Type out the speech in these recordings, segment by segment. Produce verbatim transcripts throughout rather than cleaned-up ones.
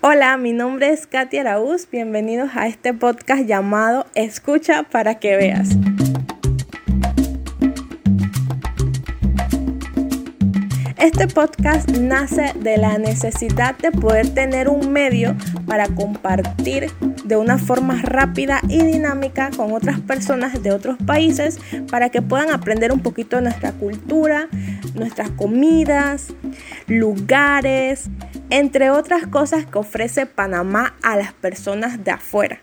Hola, mi nombre es Katia Araúz, bienvenidos a este podcast llamado Escucha para que veas. Este podcast nace de la necesidad de poder tener un medio para compartir de una forma rápida y dinámica con otras personas de otros países para que puedan aprender un poquito de nuestra cultura, nuestras comidas, lugares, entre otras cosas que ofrece Panamá a las personas de afuera.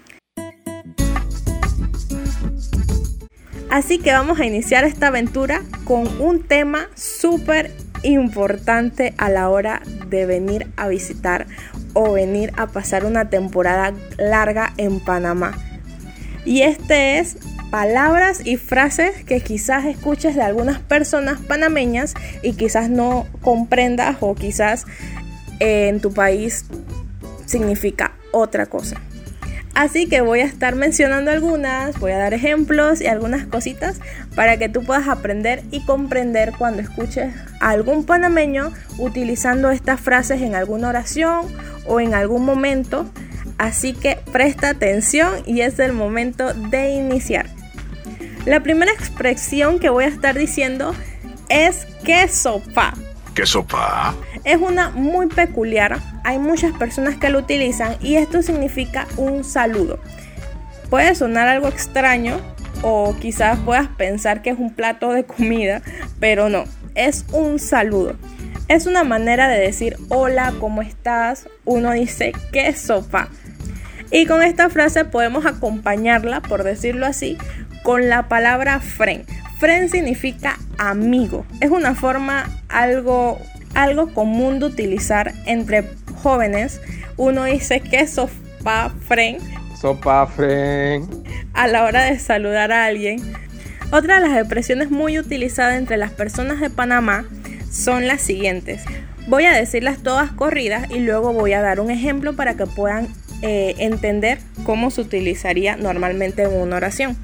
Así que vamos a iniciar esta aventura con un tema súper importante a la hora de venir a visitar o venir a pasar una temporada larga en Panamá. Y este es palabras y frases que quizás escuches de algunas personas panameñas y quizás no comprendas o quizás eh, en tu país significa otra cosa. Así que voy a estar mencionando algunas, voy a dar ejemplos y algunas cositas para que tú puedas aprender y comprender cuando escuches a algún panameño utilizando estas frases en alguna oración o en algún momento. Así que presta atención y es el momento de iniciar. La primera expresión que voy a estar diciendo es ¿qué sopa? ¿Qué sopa? Es una muy peculiar, hay muchas personas que lo utilizan y esto significa un saludo. Puede sonar algo extraño o quizás puedas pensar que es un plato de comida, pero no, es un saludo. Es una manera de decir hola, ¿cómo estás? Uno dice ¿qué sopa? Y con esta frase podemos acompañarla, por decirlo así, con la palabra friend. Friend significa amigo. Es una forma algo, algo común de utilizar entre jóvenes. Uno dice ¿qué sopa, friend? Sopa, friend. A la hora de saludar a alguien. Otra de las expresiones muy utilizadas entre las personas de Panamá son las siguientes. Voy a decirlas todas corridas y luego voy a dar un ejemplo para que puedan eh, entender cómo se utilizaría normalmente en una oración.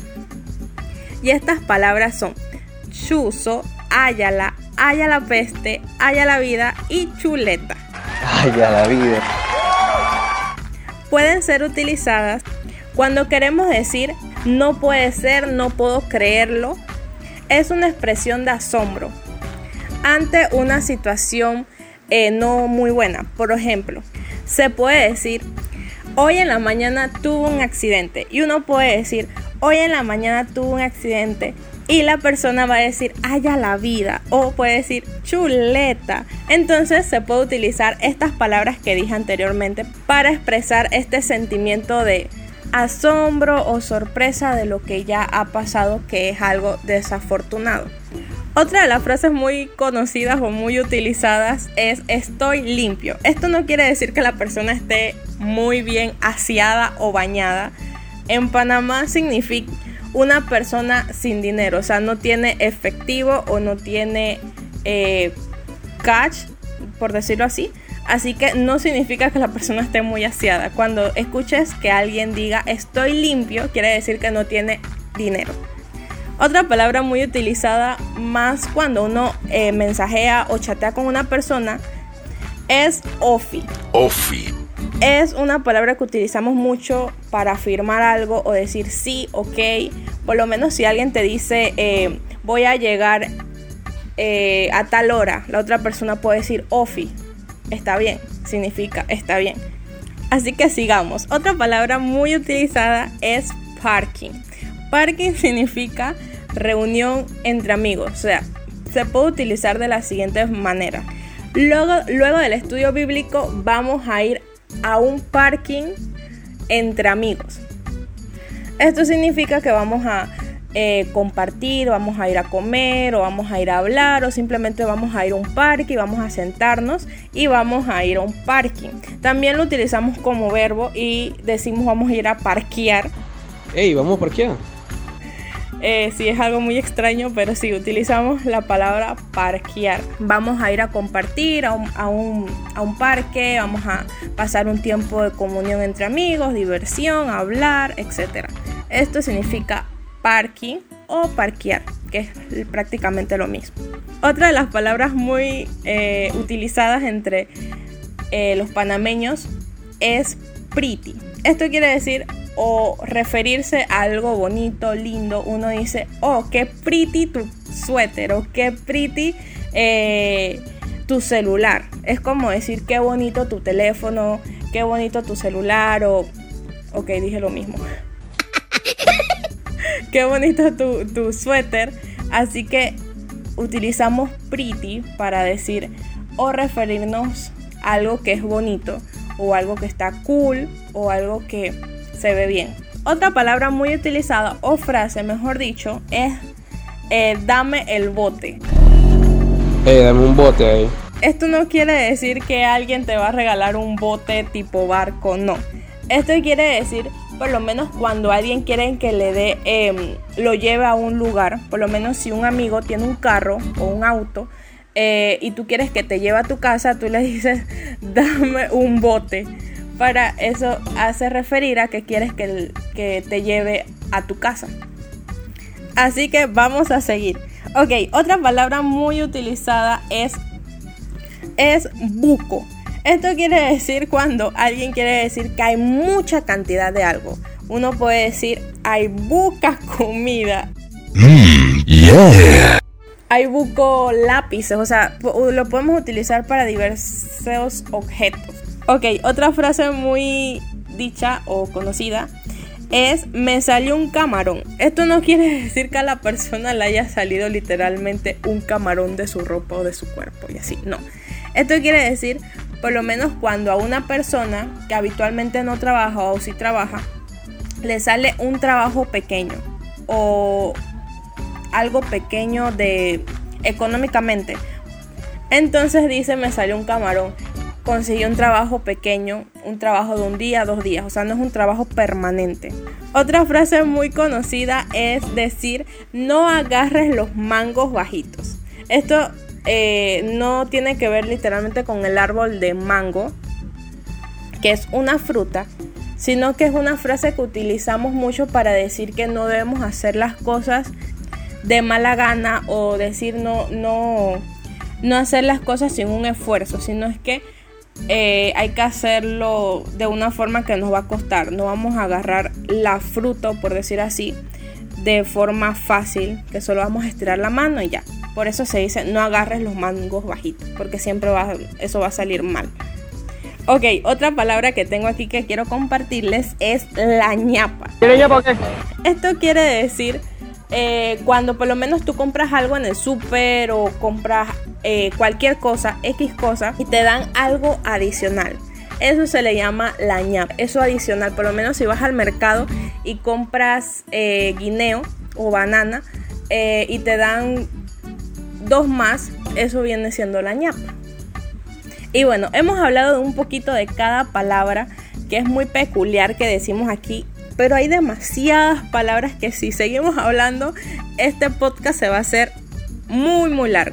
Y estas palabras son chuzo, áyala, haya la peste, haya la vida y chuleta. Haya la vida. Pueden ser utilizadas cuando queremos decir no puede ser, no puedo creerlo. Es una expresión de asombro ante una situación eh, no muy buena. Por ejemplo, se puede decir hoy en la mañana tuve un accidente y uno puede decir hoy en la mañana tuve un accidente y la persona va a decir haya la vida o puede decir chuleta. Entonces se puede utilizar estas palabras que dije anteriormente para expresar este sentimiento de asombro o sorpresa de lo que ya ha pasado, que es algo desafortunado. Otra de las frases muy conocidas o muy utilizadas es estoy limpio. Esto no quiere decir que la persona esté muy bien aseada o bañada. En Panamá significa una persona sin dinero, o sea, no tiene efectivo o no tiene eh, cash, por decirlo así. Así que no significa que la persona esté muy aseada. Cuando escuches que alguien diga estoy limpio, quiere decir que no tiene dinero. Otra palabra muy utilizada más cuando uno eh, mensajea o chatea con una persona es ofi. Ofi. Es una palabra que utilizamos mucho para afirmar algo o decir sí, ok. Por lo menos si alguien te dice eh, voy a llegar eh, a tal hora, la otra persona puede decir ofi. Está bien, significa está bien. Así que sigamos. Otra palabra muy utilizada es parking. Parking significa reunión entre amigos. O sea, se puede utilizar de la siguiente manera. Luego, luego del estudio bíblico vamos a ir a un parking entre amigos. Esto significa que vamos a eh, compartir, vamos a ir a comer o vamos a ir a hablar o simplemente vamos a ir a un parque y vamos a sentarnos y vamos a ir a un parking. También lo utilizamos como verbo y decimos vamos a ir a parquear. Ey, vamos a parquear. Eh, sí, es algo muy extraño, pero sí, utilizamos la palabra parquear. Vamos a ir a compartir a un, a, un, a un parque, vamos a pasar un tiempo de comunión entre amigos, diversión, hablar, etcétera. Esto significa parking o parquear, que es prácticamente lo mismo. Otra de las palabras muy eh, utilizadas entre eh, los panameños es pretty. Esto quiere decir o referirse a algo bonito, lindo. Uno dice, oh, qué pretty tu suéter, o qué pretty eh, tu celular. Es como decir, qué bonito tu teléfono, qué bonito tu celular, o... Ok, dije lo mismo. Qué bonito tu, tu suéter. Así que utilizamos pretty para decir o referirnos a algo que es bonito, o algo que está cool, o algo que se ve bien. Otra palabra muy utilizada, o frase mejor dicho, es eh, dame el bote. Hey, dame un bote ahí. Esto no quiere decir que alguien te va a regalar un bote tipo barco, no. Esto quiere decir, por lo menos cuando alguien quiere que le dé, eh, lo lleve a un lugar, por lo menos si un amigo tiene un carro o un auto, eh, y tú quieres que te lleve a tu casa, tú le dices, dame un bote. Para eso hace referir a que quieres que, que te lleve a tu casa. Así que vamos a seguir. Ok, otra palabra muy utilizada es, es buco. Esto quiere decir cuando alguien quiere decir que hay mucha cantidad de algo. Uno puede decir, hay buca comida. Mmm, yeah. Hay buco lápices, o sea, lo podemos utilizar para diversos objetos. Ok, otra frase muy dicha o conocida es, me salió un camarón. Esto no quiere decir que a la persona le haya salido literalmente un camarón de su ropa o de su cuerpo y así, no. Esto quiere decir, por lo menos cuando a una persona que habitualmente no trabaja o sí trabaja, le sale un trabajo pequeño o algo pequeño de económicamente. Entonces dice, me salió un camarón. Consiguió un trabajo pequeño, un trabajo de un día, dos días, o sea, no es un trabajo permanente. Otra frase muy conocida es decir, no agarres los mangos bajitos. Esto eh, no tiene que ver literalmente con el árbol de mango, que es una fruta, sino que es una frase que utilizamos mucho para decir que no debemos hacer las cosas de mala gana, o decir no, no, no hacer las cosas sin un esfuerzo, sino es que Eh, hay que hacerlo de una forma que nos va a costar. No vamos a agarrar la fruta, por decir así, de forma fácil, que solo vamos a estirar la mano y ya. Por eso se dice no agarres los mangos bajitos, porque siempre va, eso va a salir mal. Ok, otra palabra que tengo aquí que quiero compartirles es la ñapa. ¿Quiere ñapa o qué? Esto quiere decir eh, cuando por lo menos tú compras algo en el súper o compras eh, cualquier cosa, X cosa, y te dan algo adicional. Eso se le llama la ñapa. Eso adicional, por lo menos si vas al mercado y compras eh, guineo o banana eh, y te dan dos más, eso viene siendo la ñapa. Y bueno, hemos hablado de un poquito de cada palabra que es muy peculiar que decimos aquí, pero hay demasiadas palabras que si seguimos hablando, este podcast se va a hacer muy muy largo.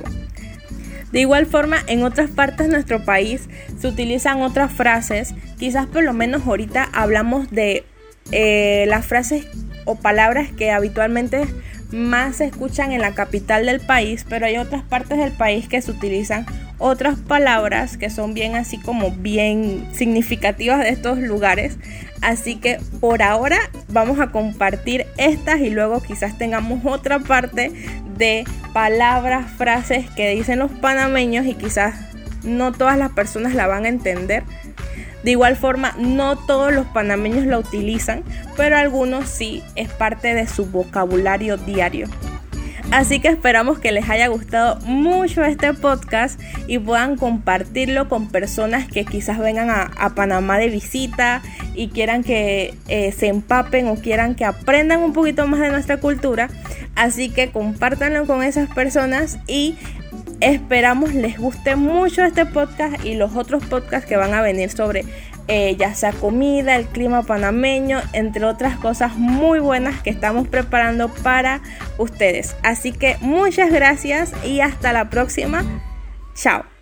De igual forma, en otras partes de nuestro país se utilizan otras frases. Quizás por lo menos ahorita hablamos de eh, las frases o palabras que habitualmente más se escuchan en la capital del país, pero hay otras partes del país que se utilizan otras palabras que son bien así como bien significativas de estos lugares. Así que por ahora vamos a compartir estas y luego quizás tengamos otra parte de palabras, frases que dicen los panameños y quizás no todas las personas la van a entender. De igual forma, no todos los panameños la utilizan, pero algunos sí, es parte de su vocabulario diario. Así que esperamos que les haya gustado mucho este podcast y puedan compartirlo con personas que quizás vengan a, a Panamá de visita y quieran que eh, se empapen o quieran que aprendan un poquito más de nuestra cultura. Así que compártanlo con esas personas y esperamos les guste mucho este podcast y los otros podcasts que van a venir sobre eh, ya sea comida, el clima panameño, entre otras cosas muy buenas que estamos preparando para ustedes. Así que muchas gracias y hasta la próxima. Chao.